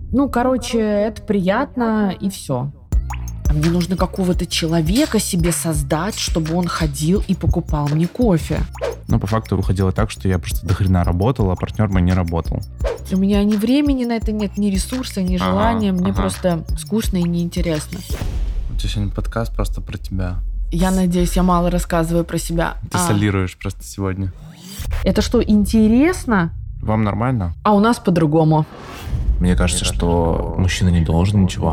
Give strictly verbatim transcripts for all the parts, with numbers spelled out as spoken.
Ну, короче, это приятно и все. А мне нужно какого-то человека себе создать, чтобы он ходил и покупал мне кофе. Но по факту выходило так, что я просто дохрена работал, а партнер мой не работал. У меня ни времени на это нет, ни ресурса, ни желания. Ага, Мне ага. просто скучно и неинтересно. У тебя сегодня подкаст просто про тебя. Я надеюсь, я мало рассказываю про себя. Ты А, солируешь просто сегодня. это что, интересно? Вам нормально? А у нас по-другому. Мне кажется, что мужчина не должен ничего.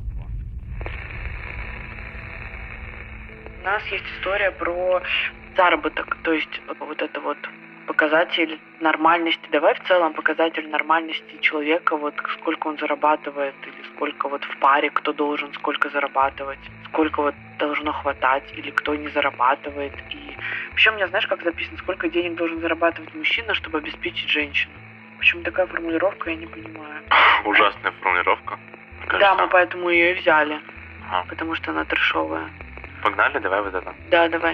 У нас есть история про заработок, то есть вот это вот показатель нормальности. Давай в целом показатель нормальности человека, вот сколько он зарабатывает, или сколько вот в паре кто должен сколько зарабатывать, сколько вот должно хватать, или кто не зарабатывает. И вообще у меня, знаешь, как записано, сколько денег должен зарабатывать мужчина, чтобы обеспечить женщину. Почему такая формулировка, я не понимаю. Ужасная формулировка. Да, мы поэтому ее и взяли, Ага. потому что она трэшовая. Погнали, давай вот это. Да, давай.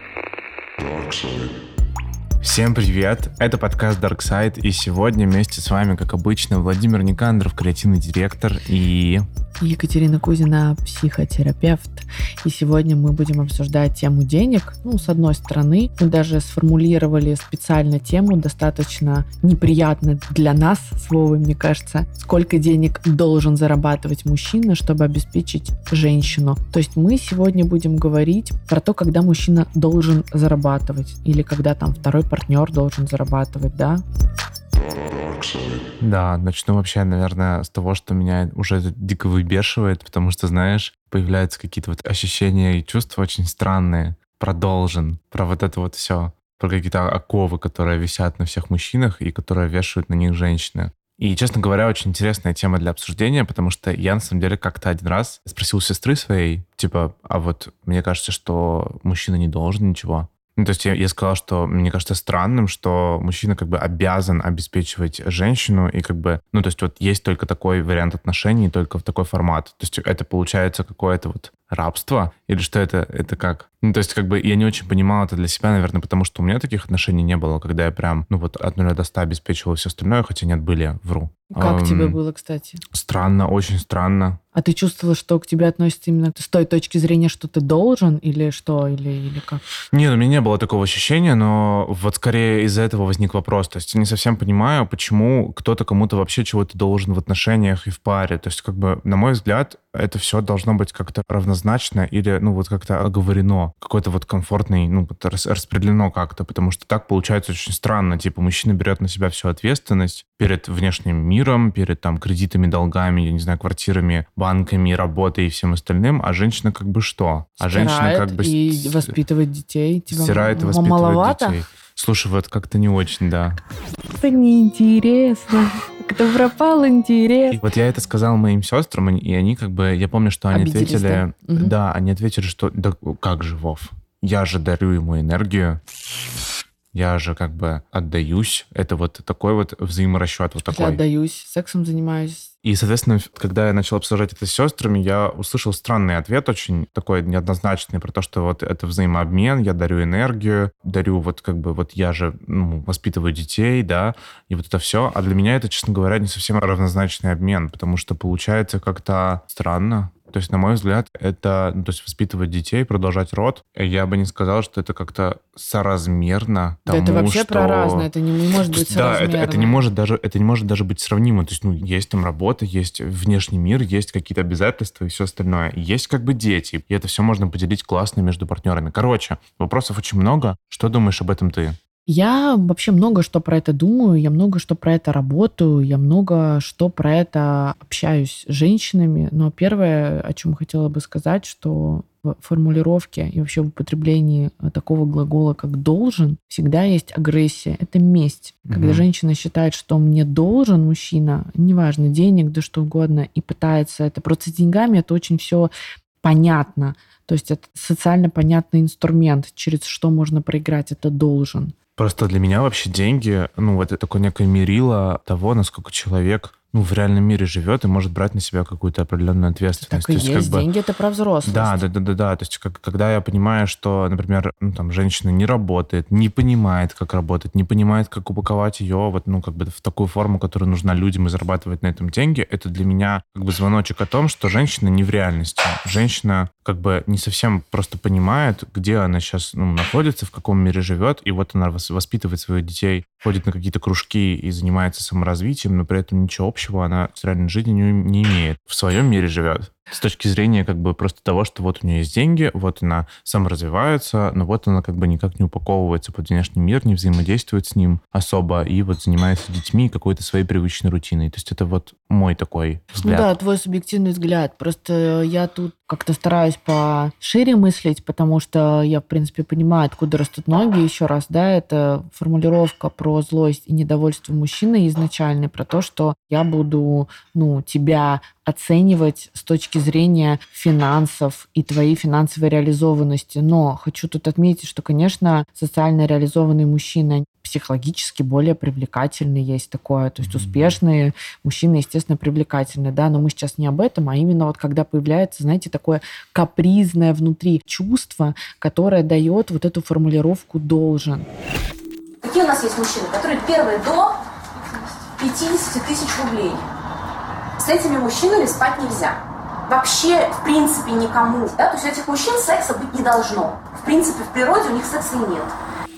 Всем привет! Это подкаст Dark Side, и сегодня вместе с вами, как обычно, Владимир Никандров, креативный директор, и... Екатерина Кузина, психотерапевт. И сегодня мы будем обсуждать тему денег. Ну, с одной стороны, мы даже сформулировали специально тему, достаточно неприятно для нас, с Вовой, мне кажется, сколько денег должен зарабатывать мужчина, чтобы обеспечить женщину. То есть мы сегодня будем говорить про то, когда мужчина должен зарабатывать, или когда там второй партнер должен зарабатывать, да? Да, начну вообще, наверное, с того, что меня уже это дико выбешивает, потому что, знаешь, появляются какие-то вот ощущения и чувства очень странные. Про должен, про вот это вот все, про какие-то оковы, которые висят на всех мужчинах и которые вешают на них женщины. И, честно говоря, очень интересная тема для обсуждения, потому что я, на самом деле, как-то один раз спросил у сестры своей, типа, а вот мне кажется, что мужчина не должен ничего. Ну, то есть я, я сказал, что мне кажется странным, что мужчина как бы обязан обеспечивать женщину, и как бы, ну, то есть вот есть только такой вариант отношений, только в такой формат. То есть это получается какое-то вот рабство, или что это, это как? Ну, то есть как бы я не очень понимал это для себя, наверное, потому что у меня таких отношений не было, когда я прям, ну, вот от нуля до ста обеспечивал все остальное, хотя нет, были, вру. Как Эм, тебе было, кстати? Странно, очень странно. А ты чувствовала, что к тебе относятся именно с той точки зрения, что ты должен, или что, или, или как? Нет, у меня не было такого ощущения, но вот скорее из-за этого возник вопрос. То есть я не совсем понимаю, почему кто-то кому-то вообще чего-то должен в отношениях и в паре. То есть как бы, на мой взгляд, это все должно быть как-то равнозначно или, ну, вот как-то оговорено. Какой-то вот комфортный, ну, вот рас- распределено как-то, потому что так получается очень странно. Типа мужчина берет на себя всю ответственность перед внешним миром, перед там кредитами, долгами, я не знаю, квартирами, банками, работой и всем остальным, а женщина как бы что? А женщина Стирает как бы... и с- воспитывает детей. Тебе стирает и м- воспитывает маловато? детей. Слушай, вот как-то не очень, да. Это неинтересно. Как-то пропал интерес. И вот я это сказал моим сестрам, и они как бы... Я помню, что они Обиделись, ответили... да? Мгм. Да, они ответили, что... Да как же, Вов? Я же дарю ему энергию. Я же как бы отдаюсь. Это вот такой вот взаиморасчет вот Я такой. отдаюсь, сексом занимаюсь. И, соответственно, когда я начал обсуждать это с сестрами, я услышал странный ответ, очень такой неоднозначный, про то, что вот это взаимообмен, я дарю энергию, дарю вот как бы вот я же ну, воспитываю детей, да, и вот это все. А для меня это, честно говоря, не совсем равнозначный обмен, потому что получается как-то странно. То есть, на мой взгляд, это, ну, то есть воспитывать детей, продолжать род. Я бы не сказал, что это как-то соразмерно Да тому, это вообще что... про разное, это не, не может То быть есть, да, это, соразмерно. это не может даже это не может даже быть сравнимо. То есть, ну, есть там работа, есть внешний мир, есть какие-то обязательства и все остальное. И есть как бы дети. И это все можно поделить классно между партнерами. Короче, вопросов очень много. Что думаешь об этом ты? Я вообще много что про это думаю, я много что про это работаю, я много что про это общаюсь с женщинами. Но первое, о чем хотела бы сказать, что в формулировке и вообще в употреблении такого глагола, как «должен», всегда есть агрессия. Это месть. Когда Мгм. женщина считает, что мне должен мужчина, неважно, денег, да что угодно, и пытается это... Просто с деньгами это очень все понятно. То есть это социально понятный инструмент, через что можно проиграть. Это «должен». Просто для меня вообще деньги, ну, вот это такое некое мерило того, насколько человек ну, в реальном мире живет и может брать на себя какую-то определенную ответственность. Так и То есть, как бы, деньги это про взрослость. да, да, да, да, да. То есть, как, когда я понимаю, что, например, ну, там, женщина не работает, не понимает, как работать, не понимает, как упаковать ее вот, ну, как бы в такую форму, которая нужна людям, и зарабатывать на этом деньги, это для меня как бы звоночек о том, что женщина не в реальности. Женщина как бы не совсем просто понимает, где она сейчас, ну, находится, в каком мире живет, и вот она вос- воспитывает своих детей, ходит на какие-то кружки и занимается саморазвитием, но при этом ничего общего она с реальной жизнью не, не имеет. В своем мире живет. С точки зрения как бы просто того, что вот у нее есть деньги, вот она саморазвивается, но вот она как бы никак не упаковывается под внешний мир, не взаимодействует с ним особо, и вот занимается детьми какой-то своей привычной рутиной. То есть это вот мой такой взгляд. Ну да, твой субъективный взгляд. Просто я тут как-то стараюсь пошире мыслить, потому что я, в принципе, понимаю, откуда растут ноги. Еще раз, да, это формулировка про злость и недовольство мужчины изначально, про то, что я буду, ну, тебя оценивать с точки зрения финансов и твоей финансовой реализованности. Но хочу тут отметить, что, конечно, социально реализованные мужчины психологически более привлекательные, есть такое. То есть успешные мужчины, естественно, привлекательные, да, но мы сейчас не об этом, а именно вот когда появляется, знаете, такое капризное внутри чувство, которое дает вот эту формулировку «должен». Какие у нас есть мужчины, которые первые до пятьдесят тысяч рублей? С этими мужчинами спать нельзя. Вообще, в принципе, никому. Да? То есть у этих мужчин секса быть не должно. В принципе, в природе у них секса и нет.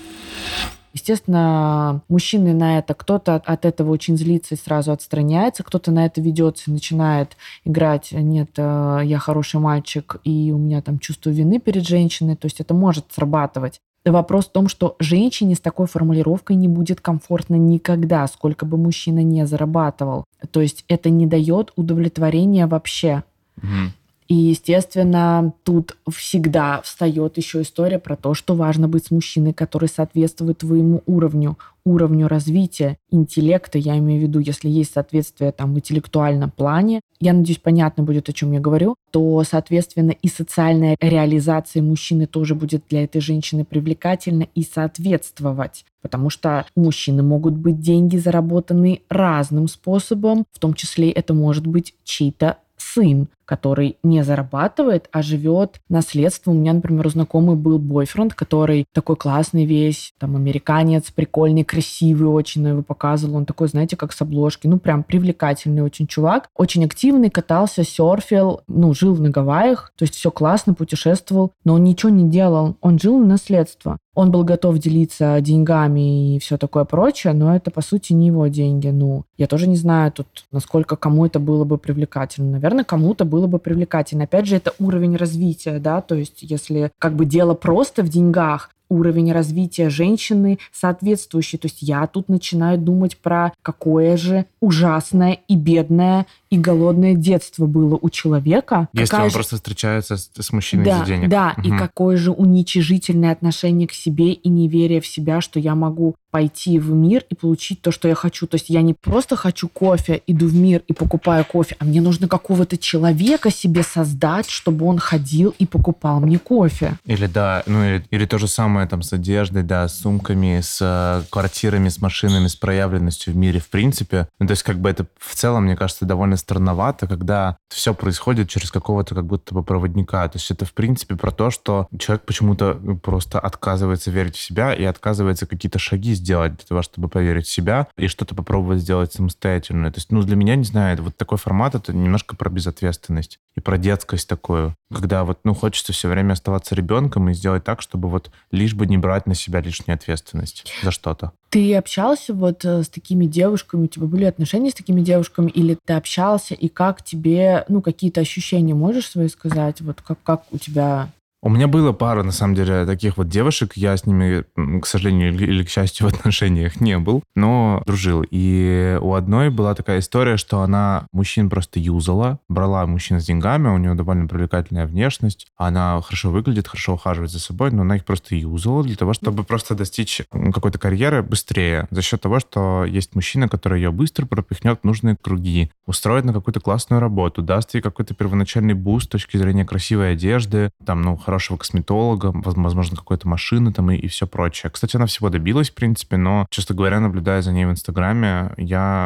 Естественно, мужчины на это, кто-то от этого очень злится и сразу отстраняется, кто-то на это ведется и начинает играть «нет, я хороший мальчик, и у меня там чувство вины перед женщиной», то есть это может срабатывать. Вопрос в том, что женщине с такой формулировкой не будет комфортно никогда, сколько бы мужчина не зарабатывал. То есть это не дает удовлетворения вообще. Мгм. И, естественно, тут всегда встает еще история про то, что важно быть с мужчиной, который соответствует твоему уровню, уровню развития интеллекта, я имею в виду, если есть соответствие там в интеллектуальном плане, я надеюсь, понятно будет, о чем я говорю, то, соответственно, и социальная реализация мужчины тоже будет для этой женщины привлекательна и соответствовать. Потому что у мужчины могут быть деньги, заработанные разным способом, в том числе это может быть чей-то сын, который не зарабатывает, а живет наследством. У меня, например, у знакомый был бойфренд, который такой классный весь, там, американец, прикольный, красивый очень, его показывал. Он такой, знаете, как с обложки. Ну, прям привлекательный очень чувак. Очень активный, катался, серфил, ну, жил на Гавайях. То есть все классно, путешествовал, но он ничего не делал. Он жил на наследство. Он был готов делиться деньгами и все такое прочее, но это, по сути, не его деньги. Ну, я тоже не знаю тут, насколько кому это было бы привлекательно. Наверное, кому-то было бы привлекательно. Опять же, это уровень развития, да, то есть если как бы дело просто в деньгах, уровень развития женщины соответствующий. То есть я тут начинаю думать про какое же ужасное и бедное и голодное детство было у человека. Если Какая он же... просто встречается с, с мужчиной да, за денег. Да, Мгм. и какое же уничижительное отношение к себе и неверие в себя, что я могу пойти в мир и получить то, что я хочу. То есть я не просто хочу кофе, иду в мир и покупаю кофе, а мне нужно какого-то человека себе создать, чтобы он ходил и покупал мне кофе. Или да, ну или, или то же самое там с одеждой, да, с сумками, с э, квартирами, с машинами, с проявленностью в мире в принципе. Ну, то есть как бы это в целом, мне кажется, довольно странновато, когда все происходит через какого-то как будто бы проводника. То есть это в принципе про то, что человек почему-то просто отказывается верить в себя и отказывается какие-то шаги сделать для того, чтобы поверить в себя и что-то попробовать сделать самостоятельно. То есть, ну, для меня, не знаю, вот такой формат, это немножко про безответственность и про детскость такую, когда вот, ну, хочется все время оставаться ребенком и сделать так, чтобы вот лишь бы не брать на себя лишнюю ответственность за что-то. Ты общался вот э, с такими девушками, у тебя были отношения с такими девушками, или ты общался, и как тебе, ну, какие-то ощущения можешь свои сказать? Вот как, как у тебя... У меня было пара, на самом деле, таких вот девушек. Я с ними, м, к сожалению или или к счастью, в отношениях не был, но дружил. И у одной была такая история, что она мужчин просто юзала, брала мужчин с деньгами, у нее довольно привлекательная внешность, она хорошо выглядит, хорошо ухаживает за собой, но она их просто юзала для того, чтобы просто достичь м, какой-то карьеры быстрее, за счет того, что есть мужчина, который ее быстро пропихнет в нужные круги, устроит на какую-то классную работу, даст ей какой-то первоначальный буст с точки зрения красивой одежды, там, ну, хорошего косметолога, воз- возможно, какой-то машины там и, и все прочее. Кстати, она всего добилась, в принципе, но, честно говоря, наблюдая за ней в Инстаграме, я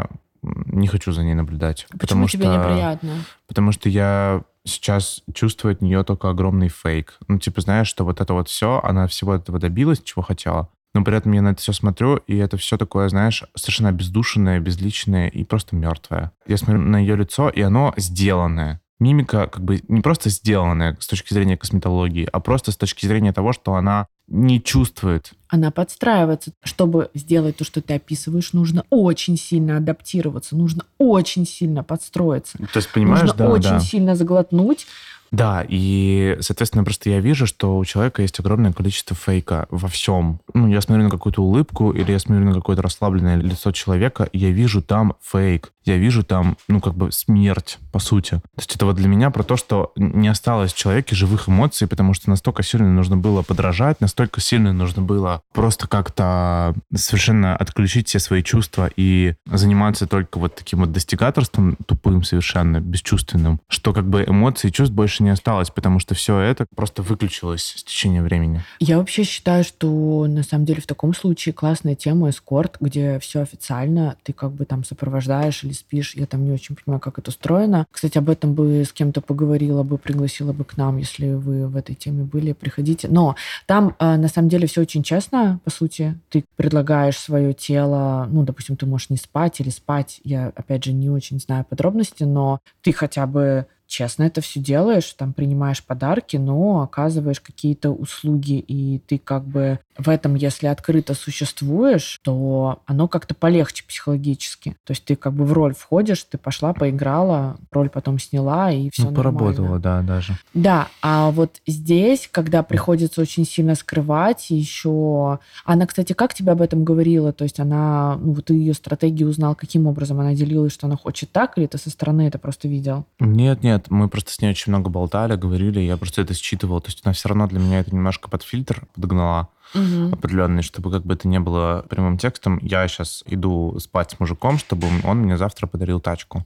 не хочу за ней наблюдать. Почему потому тебе что, неприятно? Потому что я сейчас чувствую от нее только огромный фейк. Ну, типа, знаешь, что вот это вот все, она всего этого добилась, чего хотела, но при этом я на это все смотрю, и это все такое, знаешь, совершенно обездушенное, безличное и просто мертвое. Я смотрю на ее лицо, и оно сделанное. Мимика как бы не просто сделанная с точки зрения косметологии, а просто с точки зрения того, что она не чувствует. Она подстраивается. Чтобы сделать то, что ты описываешь, нужно очень сильно адаптироваться, нужно очень сильно подстроиться. То есть, понимаешь, нужно да, очень да. сильно заглотнуть. Да, и, соответственно, просто я вижу, что у человека есть огромное количество фейка во всем. Ну, я смотрю на какую-то улыбку или я смотрю на какое-то расслабленное лицо человека, и я вижу там фейк. Я вижу там, ну, как бы смерть, по сути. То есть это вот для меня про то, что не осталось в человеке живых эмоций, потому что настолько сильно нужно было подражать, настолько сильно нужно было просто как-то совершенно отключить все свои чувства и заниматься только вот таким вот достигаторством тупым совершенно, бесчувственным, что как бы эмоций и чувств больше не осталось, потому что все это просто выключилось с течением времени. Я вообще считаю, что на самом деле в таком случае классная тема эскорт, где все официально, ты как бы там сопровождаешь или спишь. Я там не очень понимаю, как это устроено. Кстати, об этом бы с кем-то поговорила бы, пригласила бы к нам, если вы в этой теме были, приходите. Но там на самом деле все очень честно, по сути. Ты предлагаешь свое тело, ну, допустим, ты можешь не спать или спать. Я, опять же, не очень знаю подробности, но ты хотя бы честно это все делаешь, там принимаешь подарки, но оказываешь какие-то услуги, и ты как бы в этом, если открыто существуешь, то оно как-то полегче психологически. То есть ты как бы в роль входишь, ты пошла, поиграла, роль потом сняла, и все ну, поработала, да, даже. Да, а вот здесь, когда приходится очень сильно скрывать, еще... Она, кстати, как тебе об этом говорила? То есть она, ну, вот ты ее стратегию узнал, каким образом она делилась, что она хочет так, или ты со стороны это просто видел? Нет, нет, мы просто с ней очень много болтали, говорили, я просто это считывал. То есть она все равно для меня это немножко под фильтр подогнала. Угу. Определенный, чтобы как бы это не было прямым текстом. Я сейчас иду спать с мужиком, чтобы он мне завтра подарил тачку.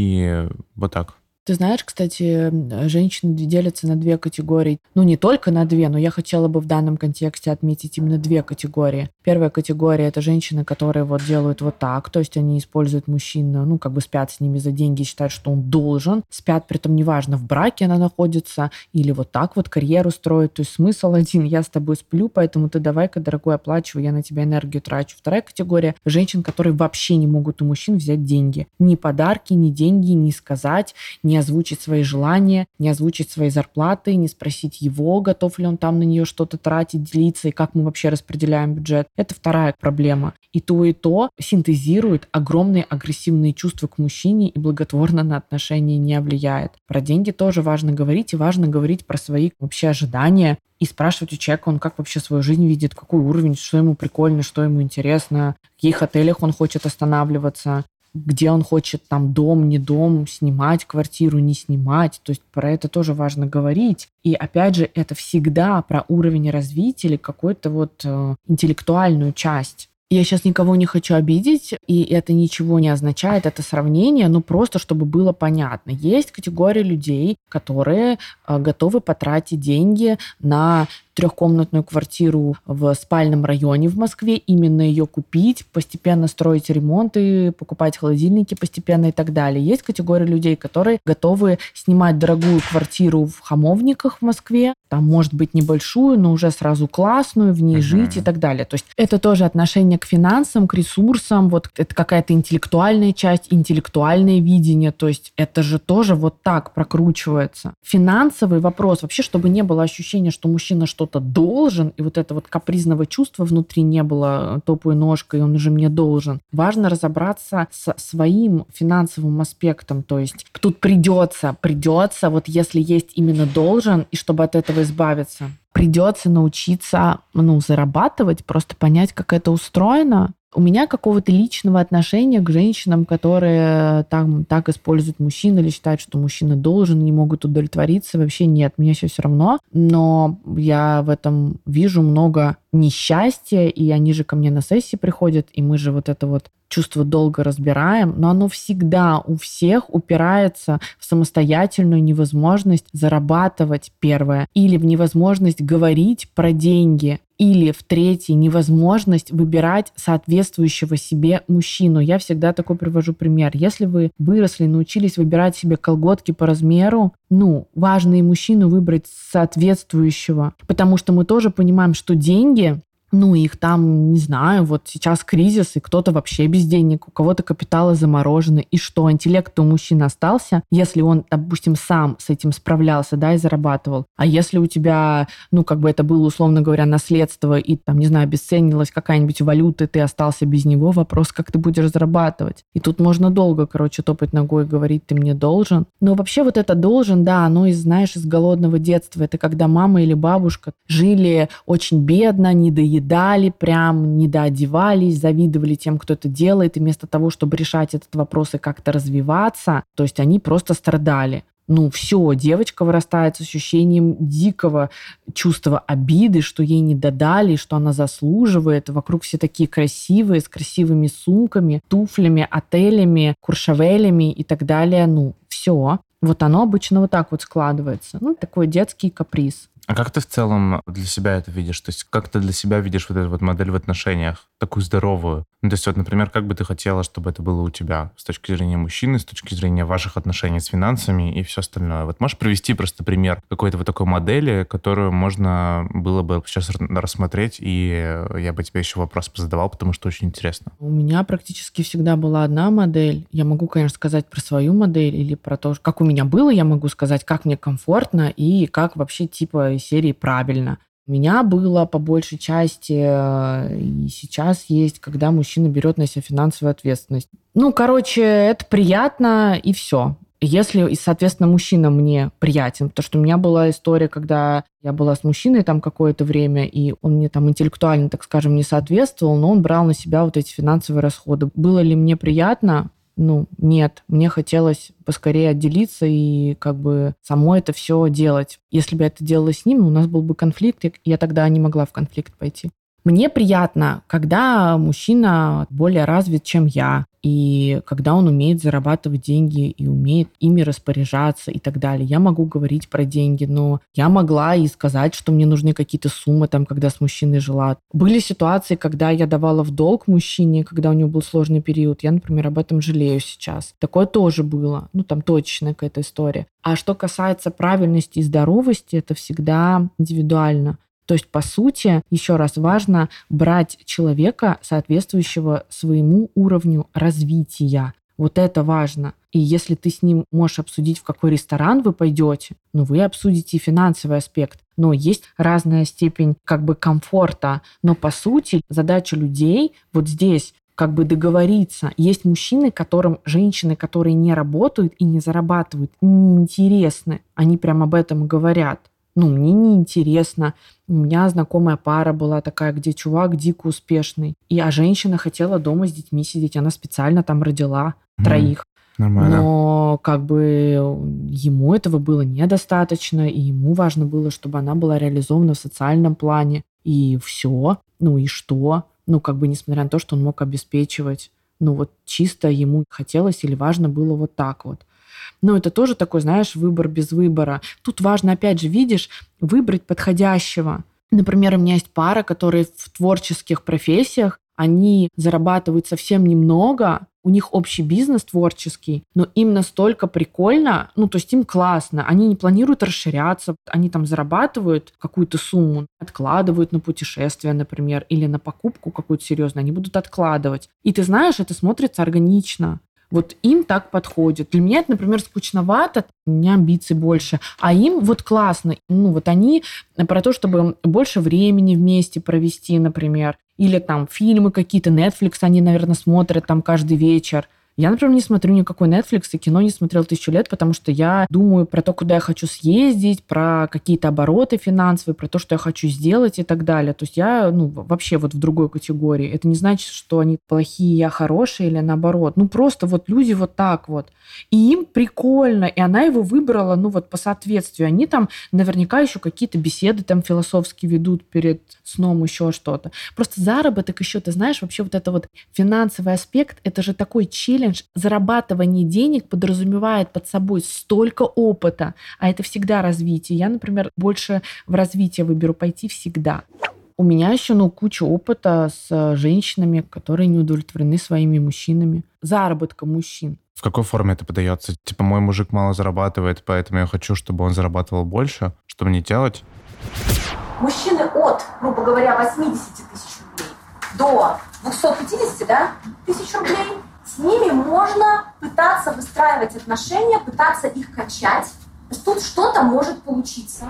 И вот так. Ты знаешь, кстати, женщины делятся на две категории. Ну, не только на две, но я хотела бы в данном контексте отметить именно две категории. Первая категория — это женщины, которые вот делают вот так, то есть они используют мужчин, ну, как бы спят с ними за деньги, считают, что он должен. Спят, притом неважно, в браке она находится или вот так вот карьеру строит. То есть смысл один: я с тобой сплю, поэтому ты давай-ка, дорогой, оплачивай, я на тебя энергию трачу. Вторая категория — женщин, которые вообще не могут у мужчин взять деньги. Ни подарки, ни деньги, ни сказать, ни озвучить свои желания, не озвучить свои зарплаты, не спросить его, готов ли он там на нее что-то тратить, делиться, и как мы вообще распределяем бюджет. Это вторая проблема. И то, и то синтезирует огромные агрессивные чувства к мужчине и благотворно на отношения не влияет. Про деньги тоже важно говорить, и важно говорить про свои вообще ожидания, и спрашивать у человека, он как вообще свою жизнь видит, какой уровень, что ему прикольно, что ему интересно, в каких отелях он хочет останавливаться, где он хочет там дом, не дом, снимать квартиру, не снимать. То есть про это тоже важно говорить. И опять же, это всегда про уровень развития или какую-то вот э, интеллектуальную часть. Я сейчас никого не хочу обидеть, и это ничего не означает, это сравнение, но просто чтобы было понятно. Есть категория людей, которые э, готовы потратить деньги на трехкомнатную квартиру в спальном районе в Москве, именно ее купить, постепенно строить ремонты, покупать холодильники постепенно и так далее. Есть категория людей, которые готовы снимать дорогую квартиру в Хамовниках в Москве, там, может быть, небольшую, но уже сразу классную, в ней жить и так далее. То есть это тоже отношение к финансам, к ресурсам, вот это какая-то интеллектуальная часть, интеллектуальное видение, то есть это же тоже вот так прокручивается. Финансовый вопрос, вообще, чтобы не было ощущения, что мужчина что-то должен, и вот это вот капризного чувства внутри не было, топаю ножкой, он уже мне должен. Важно разобраться с своим финансовым аспектом, то есть тут придется, придется, вот если есть именно должен, и чтобы от этого избавиться, придется научиться, ну, зарабатывать, просто понять, как это устроено. У меня какого-то личного отношения к женщинам, которые там, так используют мужчин или считают, что мужчина должен, не могут удовлетвориться, вообще нет. Мне все все равно. Но я в этом вижу много несчастье, и они же ко мне на сессии приходят, и мы же вот это вот чувство долго разбираем, но оно всегда у всех упирается в самостоятельную невозможность зарабатывать, первое, или в невозможность говорить про деньги, или в третье, невозможность выбирать соответствующего себе мужчину. Я всегда такой привожу пример. Если вы выросли, научились выбирать себе колготки по размеру, ну, важно и мужчину выбрать соответствующего, потому что мы тоже понимаем, что деньги, ну, их там, не знаю, вот сейчас кризис, и кто-то вообще без денег, у кого-то капиталы заморожены. И что, интеллект у мужчины остался, если он, допустим, сам с этим справлялся, да, и зарабатывал. А если у тебя, ну, как бы это было, условно говоря, наследство, и там, не знаю, обесценилась какая-нибудь валюта, и ты остался без него, вопрос, как ты будешь зарабатывать. И тут можно долго, короче, топать ногой и говорить, ты мне должен. Но вообще вот это должен, да, оно, из, знаешь, из голодного детства. Это когда мама или бабушка жили очень бедно, не доедали, дали, прям недоодевались, завидовали тем, кто это делает, и вместо того, чтобы решать этот вопрос и как-то развиваться, то есть они просто страдали. Ну, все, девочка вырастает с ощущением дикого чувства обиды, что ей не додали, что она заслуживает. Вокруг все такие красивые, с красивыми сумками, туфлями, отелями, куршавелями и так далее. Ну, все. Вот оно обычно вот так вот складывается. Ну, такой детский каприз. А как ты в целом для себя это видишь? То есть как ты для себя видишь вот эту вот модель в отношениях, такую здоровую? Ну, то есть вот, например, как бы ты хотела, чтобы это было у тебя с точки зрения мужчины, с точки зрения ваших отношений с финансами и все остальное? Вот можешь привести просто пример какой-то вот такой модели, которую можно было бы сейчас рассмотреть, и я бы тебе еще вопрос позадавал, потому что очень интересно. У меня практически всегда была одна модель. Я могу, конечно, сказать про свою модель или про то, как у меня было, я могу сказать, как мне комфортно и как вообще типа из серии правильно. У меня было по большей части, и сейчас есть, когда мужчина берет на себя финансовую ответственность. Ну, короче, это приятно, и все. Если, и, соответственно, мужчина мне приятен, потому что у меня была история, когда я была с мужчиной там какое-то время, и он мне там интеллектуально, так скажем, не соответствовал, но он брал на себя вот эти финансовые расходы. Было ли мне приятно? Ну, нет. Мне хотелось поскорее отделиться и как бы само это все делать. Если бы я это делала с ним, у нас был бы конфликт, и я тогда не могла в конфликт пойти. Мне приятно, когда мужчина более развит, чем я, и когда он умеет зарабатывать деньги и умеет ими распоряжаться и так далее. Я могу говорить про деньги, но я могла и сказать, что мне нужны какие-то суммы, там, когда с мужчиной жила. Были ситуации, когда я давала в долг мужчине, когда у него был сложный период. Я, например, об этом жалею сейчас. Такое тоже было. Ну, там точечная какая-то история. А что касается правильности и здоровости, это всегда индивидуально. То есть, по сути, еще раз важно брать человека, соответствующего своему уровню развития. Вот это важно. И если ты с ним можешь обсудить, в какой ресторан вы пойдете, ну, вы обсудите финансовый аспект. Но есть разная степень как бы комфорта. Но, по сути, задача людей вот здесь как бы договориться. Есть мужчины, которым женщины, которые не работают и не зарабатывают, неинтересны. Они прям об этом говорят. Ну, мне неинтересно. У меня знакомая пара была такая, где чувак дико успешный. И, а женщина хотела дома с детьми сидеть. Она специально там родила mm, троих. Нормально. Но как бы ему этого было недостаточно. И ему важно было, чтобы она была реализована в социальном плане. И все. Ну и что? Ну, как бы несмотря на то, что он мог обеспечивать. Ну, вот чисто ему хотелось или важно было вот так вот. Но это тоже такой, знаешь, выбор без выбора. Тут важно, опять же, видишь, выбрать подходящего. Например, у меня есть пара, которые в творческих профессиях, они зарабатывают совсем немного, у них общий бизнес творческий, но им настолько прикольно, ну, то есть им классно, они не планируют расширяться, они там зарабатывают какую-то сумму, откладывают на путешествие, например, или на покупку какую-то серьезную, они будут откладывать. И ты знаешь, это смотрится органично. Вот им так подходит. Для меня это, например, скучновато, у меня амбиций больше, а им вот классно. Ну, вот они про то, чтобы больше времени вместе провести, например, или там фильмы какие-то, Netflix они, наверное, смотрят там каждый вечер. Я, например, не смотрю никакой Netflix и кино не смотрел тысячу лет, потому что я думаю про то, куда я хочу съездить, про какие-то обороты финансовые, про то, что я хочу сделать и так далее. То есть я, ну, вообще вот в другой категории. Это не значит, что они плохие, я хорошая или наоборот. Ну, просто вот люди вот так вот. И им прикольно, и она его выбрала, ну, вот по соответствию. Они там наверняка еще какие-то беседы там философские ведут перед сном, еще что-то. Просто заработок еще, ты знаешь, вообще вот это вот финансовый аспект, это же такой челлендж. Зарабатывание денег подразумевает под собой столько опыта, а это всегда развитие. Я, например, больше в развитие выберу пойти всегда. У меня еще, ну, куча опыта с женщинами, которые не удовлетворены своими мужчинами. Заработком мужчин. В какой форме это подается? Типа, мой мужик мало зарабатывает, поэтому я хочу, чтобы он зарабатывал больше. Что мне делать? Мужчины от, грубо говоря, восемьдесят тысяч рублей до двести пятьдесят, да, тысяч рублей, с ними можно пытаться выстраивать отношения, пытаться их качать. То есть тут что-то может получиться.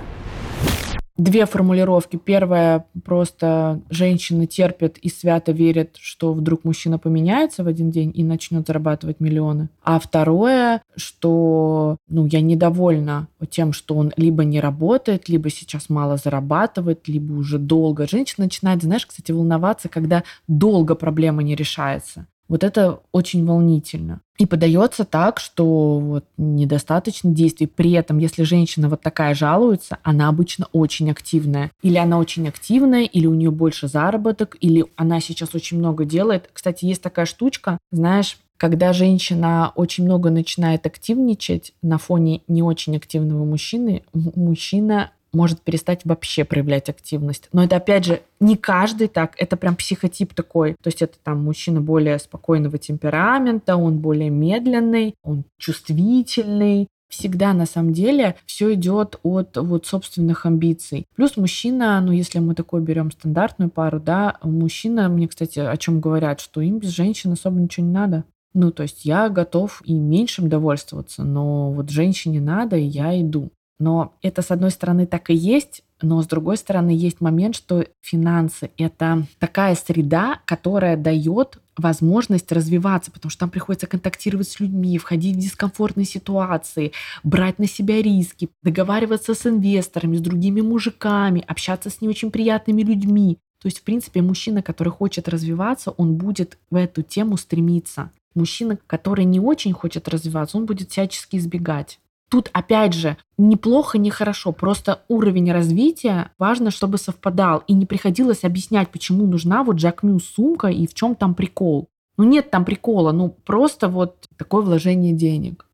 Две формулировки. Первая — просто женщина терпит и свято верит, что вдруг мужчина поменяется в один день и начнет зарабатывать миллионы. А второе, что ну, я недовольна тем, что он либо не работает, либо сейчас мало зарабатывает, либо уже долго. Женщина начинает, знаешь, кстати, волноваться, когда долго проблема не решается. Вот это очень волнительно. И подается так, что вот недостаточно действий. При этом, если женщина вот такая жалуется, она обычно очень активная. Или она очень активная, или у нее больше заработок, или она сейчас очень много делает. Кстати, есть такая штучка, знаешь, когда женщина очень много начинает активничать на фоне не очень активного мужчины, мужчина может перестать вообще проявлять активность. Но это, опять же, не каждый так. Это прям психотип такой. То есть это там мужчина более спокойного темперамента, он более медленный, он чувствительный. Всегда, на самом деле, все идет от вот собственных амбиций. Плюс мужчина, ну, если мы такой берем стандартную пару, да, мужчина, мне, кстати, о чем говорят, что им без женщины особо ничего не надо. Ну, то есть я готов и меньшим довольствоваться, но вот женщине надо, и я иду. Но это, с одной стороны, так и есть, но с другой стороны, есть момент, что финансы — это такая среда, которая дает возможность развиваться, потому что там приходится контактировать с людьми, входить в дискомфортные ситуации, брать на себя риски, договариваться с инвесторами, с другими мужиками, общаться с не очень приятными людьми. То есть, в принципе, мужчина, который хочет развиваться, он будет в эту тему стремиться. Мужчина, который не очень хочет развиваться, он будет всячески избегать. Тут, опять же, неплохо, не хорошо, просто уровень развития важно, чтобы совпадал, и не приходилось объяснять, почему нужна вот Jacquemus сумка и в чем там прикол. Ну нет там прикола, ну просто вот такое вложение денег.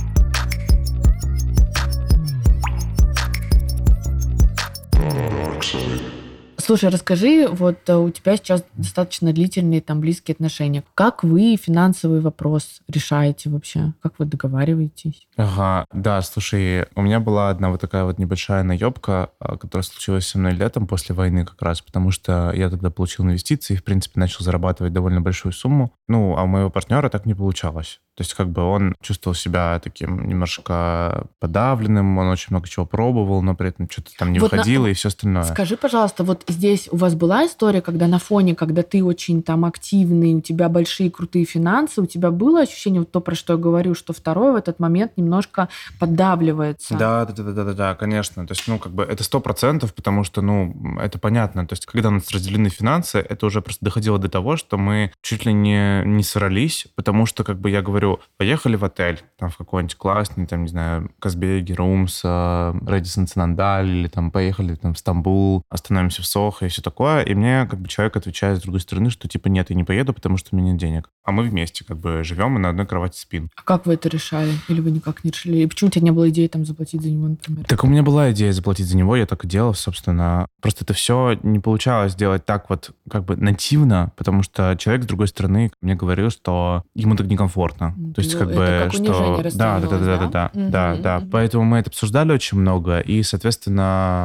Слушай, расскажи, вот у тебя сейчас достаточно длительные там близкие отношения. Как вы финансовый вопрос решаете вообще? Как вы договариваетесь? Ага, да, слушай, у меня была одна вот такая вот небольшая наебка, которая случилась со мной летом после войны как раз, потому что я тогда получил инвестиции и, в принципе, начал зарабатывать довольно большую сумму. Ну, а у моего партнера так не получалось. То есть как бы он чувствовал себя таким немножко подавленным, он очень много чего пробовал, но при этом что-то там не вот выходило на... и все остальное. Скажи, пожалуйста, вот здесь у вас была история, когда на фоне, когда ты очень там активный, у тебя большие крутые финансы, у тебя было ощущение, вот то, про что я говорю, что второй в этот момент немножко поддавливается? Да, да, да, да, да, да, конечно. То есть, ну, как бы это сто процентов, потому что, ну, это понятно. То есть, когда у нас разделены финансы, это уже просто доходило до того, что мы чуть ли не, не срались, потому что, как бы я говорю, поехали в отель, там, в какой-нибудь классный, там, не знаю, Казбеги, Румс, Рэдисон Цинандаль, или там поехали там, в Стамбул, остановимся в Сохо и все такое. И мне, как бы, человек отвечает с другой стороны, что, типа, нет, я не поеду, потому что у меня нет денег. А мы вместе, как бы, живем и на одной кровати спим. А как вы это решали? Или вы никак не решили? И почему у тебя не было идеи там заплатить за него, например? Так у меня была идея заплатить за него, я так и делал, собственно. Просто это все не получалось сделать так вот, как бы, нативно, потому что человек, с другой стороны, мне говорил, что ему так некомфортно. То есть, как это бы, как что... Да, да, да, да, да, да, да, да. Поэтому мы это обсуждали очень много, и, соответственно,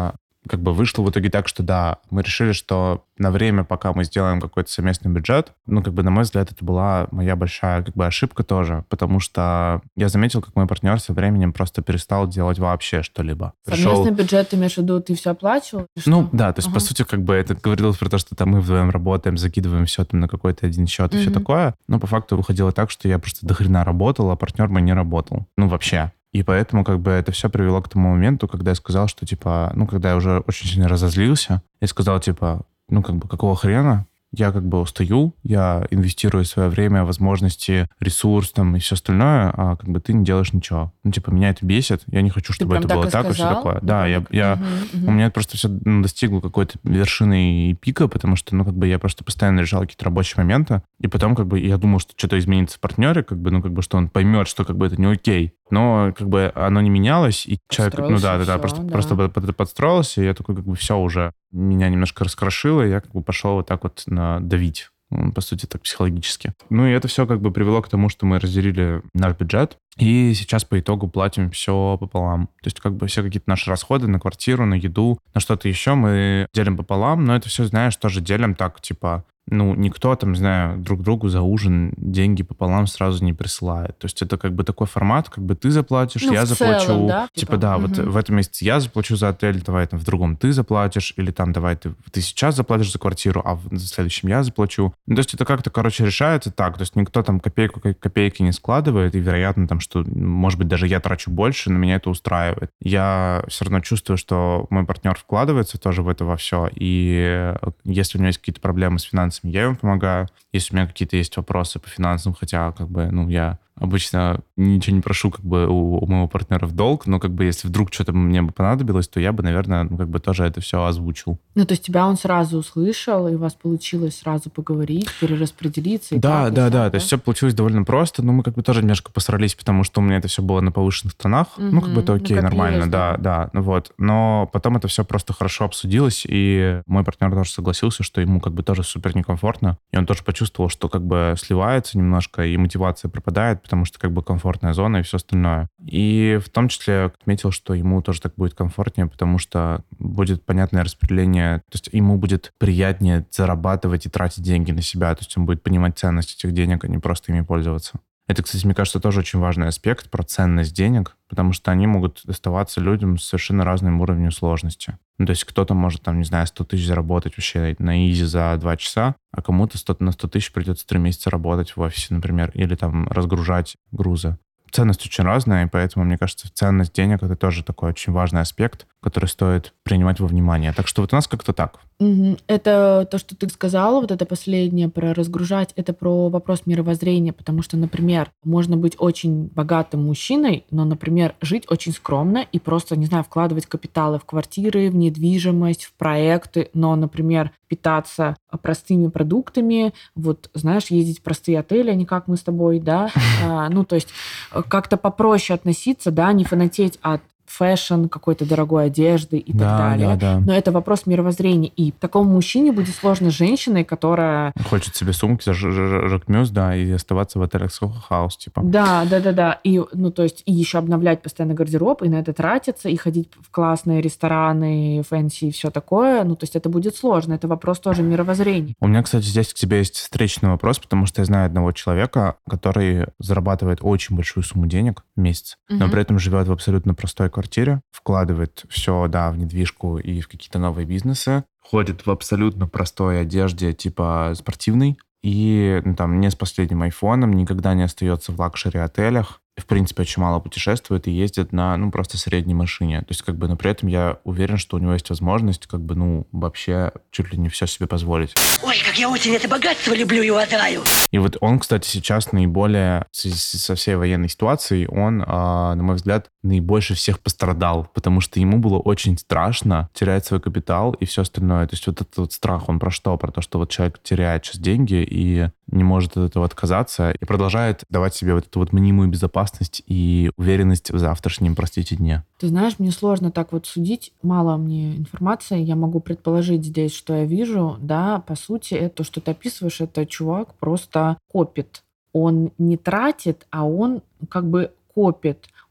как бы вышло в итоге так, что да, мы решили, что на время, пока мы сделаем какой-то совместный бюджет, ну, как бы, на мой взгляд, это была моя большая, как бы, ошибка тоже, потому что я заметил, как мой партнер со временем просто перестал делать вообще что-либо. Совместный Пришел... бюджет, ты имеешь в виду, ты все оплачивал? Ну, да, то есть, ага. по сути, как бы, это говорилось про то, что там мы вдвоем работаем, закидываем все там на какой-то один счет и mm-hmm. все такое, но по факту выходило так, что я просто дохрена работал, а партнер мой не работал. Ну, вообще. И поэтому как бы это все привело к тому моменту, когда я сказал, что типа, ну, когда я уже очень сильно разозлился, я сказал типа, ну, как бы, какого хрена? Я как бы устаю, я инвестирую свое время, возможности, ресурс там и все остальное, а как бы ты не делаешь ничего. Ну, типа, меня это бесит, я не хочу, чтобы это было так и все такое. Да, да я, я, угу, угу. у меня это просто все достигло какой-то вершины и пика, потому что, ну, как бы я просто постоянно решал какие-то рабочие моменты, и потом как бы я думал, что что-то изменится в партнере, как бы, ну, как бы, что он поймет, что как бы это не окей. Но как бы оно не менялось, и человек, ну да, да, да, просто, да. просто подстроился, и я такой, как бы, все уже меня немножко раскрошило, и я как бы пошел вот так вот на давить, по сути, так психологически. Ну и это все как бы привело к тому, что мы разделили наш бюджет, и сейчас по итогу платим все пополам. То есть как бы все какие-то наши расходы на квартиру, на еду, на что-то еще мы делим пополам, но это все, знаешь, тоже делим так, типа, ну, никто там, не знаю, друг другу за ужин деньги пополам сразу не присылает. То есть это как бы такой формат, как бы ты заплатишь, ну, я заплачу. Целом, да? Типа, типа да, угу. вот в этом месяце я заплачу за отель, давай там в другом ты заплатишь, или там давай ты, ты сейчас заплатишь за квартиру, а в следующем я заплачу. Ну, то есть это как-то, короче, решается так. То есть никто там копейку копейки не складывает, и, вероятно, там, что, может быть, даже я трачу больше, но меня это устраивает. Я все равно чувствую, что мой партнер вкладывается тоже в это во все, и если у него есть какие-то проблемы с финансами, я ему помогаю. Если у меня какие-то есть вопросы по финансам, хотя, как бы, ну, я обычно ничего не прошу, как бы, у, у моего партнера в долг, но, как бы, если вдруг что-то мне бы понадобилось, то я бы, наверное, ну, как бы, тоже это все озвучил. Ну, то есть тебя он сразу услышал, и у вас получилось сразу поговорить, перераспределиться? И да, так, да, и да, так, то есть все получилось довольно просто, но мы, как бы, тоже немножко посрались, потому что у меня это все было на повышенных тонах. Угу, ну, как бы, это окей, нормально, да, да, ну, вот. Но потом это все просто хорошо обсудилось, и мой партнер тоже согласился, что ему, как бы, тоже супер некомфортно, и он тоже почувствовал, что, как бы, сливается немножко, и мотивация пропадает, потому что, как бы, комфортная зона и все остальное. И в том числе отметил, что ему тоже так будет комфортнее, потому что будет понятное распределение, то есть ему будет приятнее зарабатывать и тратить деньги на себя, то есть он будет понимать ценность этих денег, а не просто ими пользоваться. Это, кстати, мне кажется, тоже очень важный аспект про ценность денег, потому что они могут доставаться людям с совершенно разным уровнем сложности. Ну, то есть кто-то может, там, не знаю, сто тысяч заработать вообще на изи за два часа, а кому-то сто, на сто тысяч придется три месяца работать в офисе, например, или там разгружать грузы. Ценность очень разная, и поэтому, мне кажется, ценность денег — это тоже такой очень важный аспект, который стоит принимать во внимание. Так что вот у нас как-то так. Угу. Это то, что ты сказала, вот это последнее про разгружать, это про вопрос мировоззрения, потому что, например, можно быть очень богатым мужчиной, но, например, жить очень скромно и просто, не знаю, вкладывать капиталы в квартиры, в недвижимость, в проекты, но, например, питаться простыми продуктами, вот, знаешь, ездить в простые отели, а не как мы с тобой, да, ну, то есть как-то попроще относиться, да, не фанатеть от фэшн, какой-то дорогой одежды и да, так далее. Да, да. Но это вопрос мировоззрения. И такому мужчине будет сложно с женщиной, которая... Хочет себе сумки за Жакмюз, да, и оставаться в отелях Soho House, типа. Да, да, да, да. И, ну, то есть, и еще обновлять постоянно гардероб, и на это тратиться, и ходить в классные рестораны, фэнси и все такое. Ну, то есть, это будет сложно. Это вопрос тоже мировоззрения. У меня, кстати, здесь к тебе есть встречный вопрос, потому что я знаю одного человека, который зарабатывает очень большую сумму денег в месяц, угу. но при этом живет в абсолютно простой квартире, вкладывает все, да, в недвижку и в какие-то новые бизнесы, ходит в абсолютно простой одежде, типа спортивной, и ну, там не с последним айфоном, никогда не остается в лакшери-отелях, в принципе, очень мало путешествует и ездит на, ну, просто средней машине. То есть, как бы, но при этом я уверен, что у него есть возможность, как бы, ну, вообще чуть ли не все себе позволить. Ой, как я очень это богатство люблю и уважаю. И вот он, кстати, сейчас наиболее, со всей военной ситуацией, он, на мой взгляд, наибольше всех пострадал, потому что ему было очень страшно терять свой капитал и все остальное. То есть вот этот вот страх, он про что? Про то, что вот человек теряет сейчас деньги и не может от этого отказаться и продолжает давать себе вот эту вот мнимую безопасность и уверенность в завтрашнем, простите, дне. Ты знаешь, мне сложно так вот судить. Мало мне информации. Я могу предположить здесь, что я вижу. Да, по сути, это, что ты описываешь, это чувак просто копит. Он не тратит, а он как бы копит.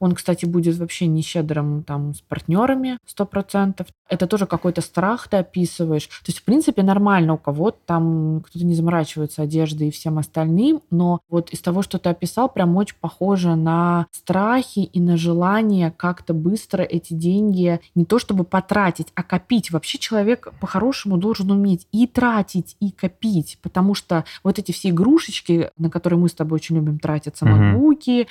Он, кстати, будет вообще не щедрым там с партнерами сто процентов. Это тоже какой-то страх ты описываешь. То есть, в принципе, нормально у кого-то там кто-то не заморачивается одеждой и всем остальным, но вот из того, что ты описал, прям очень похоже на страхи и на желание как-то быстро эти деньги не то чтобы потратить, а копить. Вообще человек по-хорошему должен уметь и тратить, и копить, потому что вот эти все игрушечки, на которые мы с тобой очень любим тратиться, макбуки,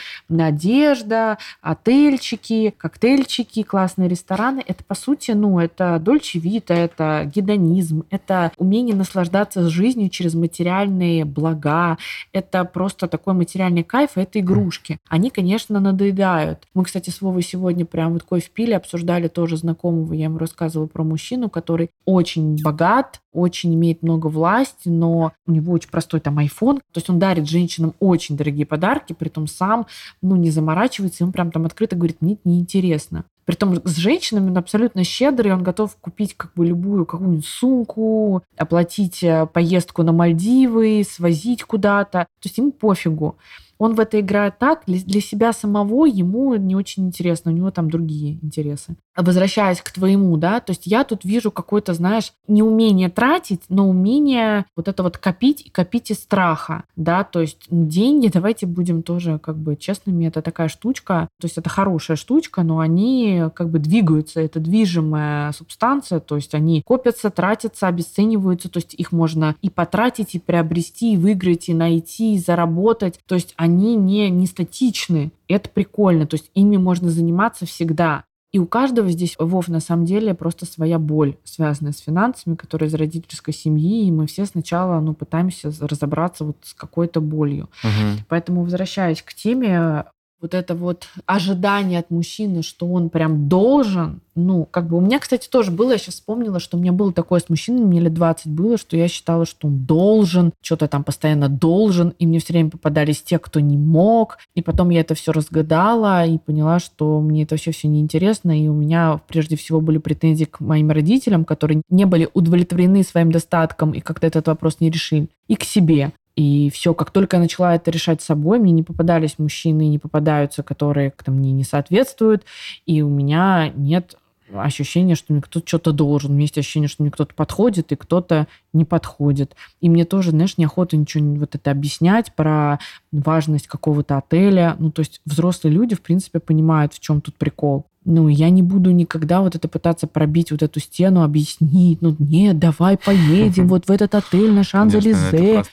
одежда, отельчики, коктейльчики, классные рестораны, это, по сути, ну, это дольче вита, это гедонизм, это умение наслаждаться жизнью через материальные блага, это просто такой материальный кайф, это игрушки. Они, конечно, надоедают. Мы, кстати, с Вовой сегодня прям вот кофе пили, обсуждали тоже знакомого, я ему рассказывала про мужчину, который очень богат, очень имеет много власти, но у него очень простой там айфон, то есть он дарит женщинам очень дорогие подарки, притом сам, ну, не заморачивается, и он прям там открыто говорит, мне это неинтересно. Притом с женщинами он абсолютно щедрый, он готов купить как бы любую какую-нибудь сумку, оплатить поездку на Мальдивы, свозить куда-то. То есть ему пофигу. Он в это играет так, для себя самого ему не очень интересно, у него там другие интересы. Возвращаясь к твоему, да, то есть я тут вижу какое-то, знаешь, не умение тратить, но умение вот это вот копить и копить из страха, да, то есть деньги, давайте будем тоже как бы честными, это такая штучка, то есть это хорошая штучка, но они как бы двигаются, это движимая субстанция, то есть они копятся, тратятся, обесцениваются, то есть их можно и потратить, и приобрести, и выиграть, и найти, и заработать, то есть они не, не статичны, это прикольно, то есть ими можно заниматься всегда. И у каждого здесь, Вов, на самом деле просто своя боль, связанная с финансами, которая из родительской семьи, и мы все сначала ну, пытаемся разобраться вот с какой-то болью. Угу. Поэтому, возвращаясь к теме, вот это вот ожидание от мужчины, что он прям должен, ну, как бы у меня, кстати, тоже было, я сейчас вспомнила, что у меня было такое с мужчиной, мне лет двадцать было, что я считала, что он должен, что-то там постоянно должен, и мне все время попадались те, кто не мог, и потом я это все разгадала и поняла, что мне это вообще все неинтересно, и у меня прежде всего были претензии к моим родителям, которые не были удовлетворены своим достатком и как-то этот вопрос не решили, и к себе. И все, как только я начала это решать с собой, мне не попадались мужчины, не попадаются, которые к мне не соответствуют, и у меня нет ощущения, что мне кто-то что-то должен. У меня есть ощущение, что мне кто-то подходит и кто-то не подходит. И мне тоже, знаешь, неохота ничего вот это объяснять про важность какого-то отеля. Ну, то есть взрослые люди, в принципе, понимают, в чем тут прикол. Ну, я не буду никогда вот это пытаться пробить вот эту стену, объяснить. Ну, нет, давай поедем вот в этот отель на Шанс-Элизе.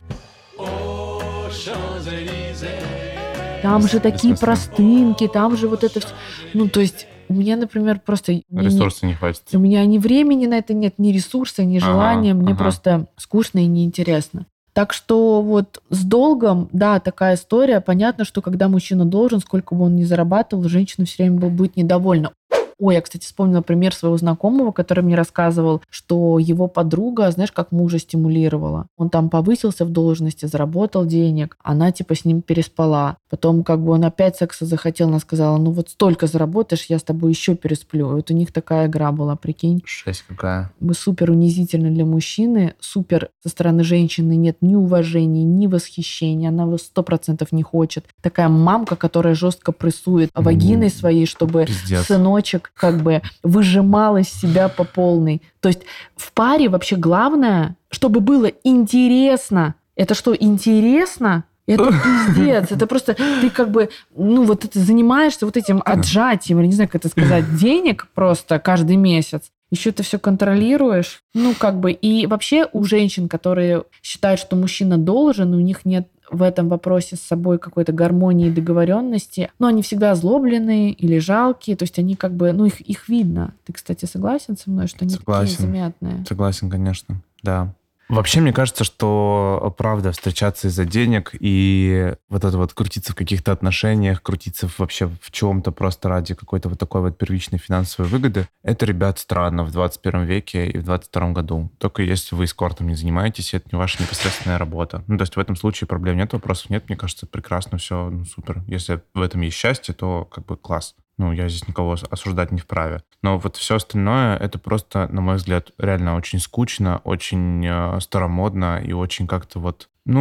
Там же такие простынки, там же вот это все. Ну, то есть у меня, например, просто... Ресурсов не, не хватит. У меня ни времени на это нет, ни ресурса, ни желания. Ага, мне ага. просто скучно и неинтересно. Так что вот с долгом, да, такая история. Понятно, что когда мужчина должен, сколько бы он ни зарабатывал, женщина все время будет недовольна. Ой, я, кстати, вспомнила пример своего знакомого, который мне рассказывал, что его подруга, знаешь, как мужа стимулировала. Он там повысился в должности, заработал денег, она типа с ним переспала. Потом как бы он опять секса захотел, она сказала, ну вот столько заработаешь, я с тобой еще пересплю. Вот у них такая игра была, прикинь. Жесть какая. Супер унизительно для мужчины, супер со стороны женщины нет ни уважения, ни восхищения, она его сто процентов не хочет. Такая мамка, которая жестко прессует вагиной своей, чтобы Пиздец. Сыночек как бы выжимал из себя по полной. То есть в паре вообще главное, чтобы было интересно. Это что, интересно? Это пиздец. Это просто ты как бы, ну вот ты занимаешься вот этим отжатием, или не знаю, как это сказать, денег просто каждый месяц. Еще ты все контролируешь. Ну, как бы, и вообще у женщин, которые считают, что мужчина должен, у них нет в этом вопросе с собой какой-то гармонии и договоренности, но они всегда озлобленные или жалкие, то есть они как бы, ну, их, их видно. Ты, кстати, согласен со мной, что они Согласен. такие замятные? Согласен, конечно, да. Вообще, мне кажется, что, правда, встречаться из-за денег и вот это вот крутиться в каких-то отношениях, крутиться вообще в чем-то просто ради какой-то вот такой вот первичной финансовой выгоды, это, ребят, странно в двадцать первом веке и в двадцать втором году. Только если вы эскортом не занимаетесь, это не ваша непосредственная работа. Ну, то есть в этом случае проблем нет, вопросов нет. Мне кажется, прекрасно, все, ну, супер. Если в этом есть счастье, то как бы класс. Ну, я здесь никого осуждать не вправе. Но вот все остальное, это просто, на мой взгляд, реально очень скучно, очень э, старомодно и очень как-то вот, ну,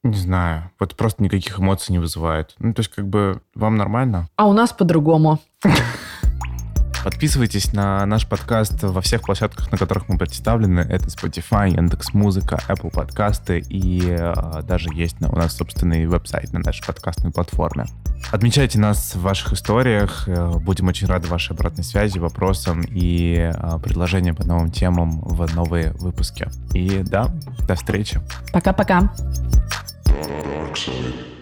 Не знаю. Вот просто никаких эмоций не вызывает. Ну, то есть, как бы, вам нормально? А у нас по-другому. Подписывайтесь на наш подкаст во всех площадках, на которых мы представлены. Это Spotify, Яндекс.Музыка, Apple подкасты и э, даже есть на, у нас собственный веб-сайт на нашей подкастной платформе. Отмечайте нас в ваших историях. Будем очень рады вашей обратной связи, вопросам и э, предложениям по новым темам в новые выпуски. И да, до встречи. Пока-пока. Dark side.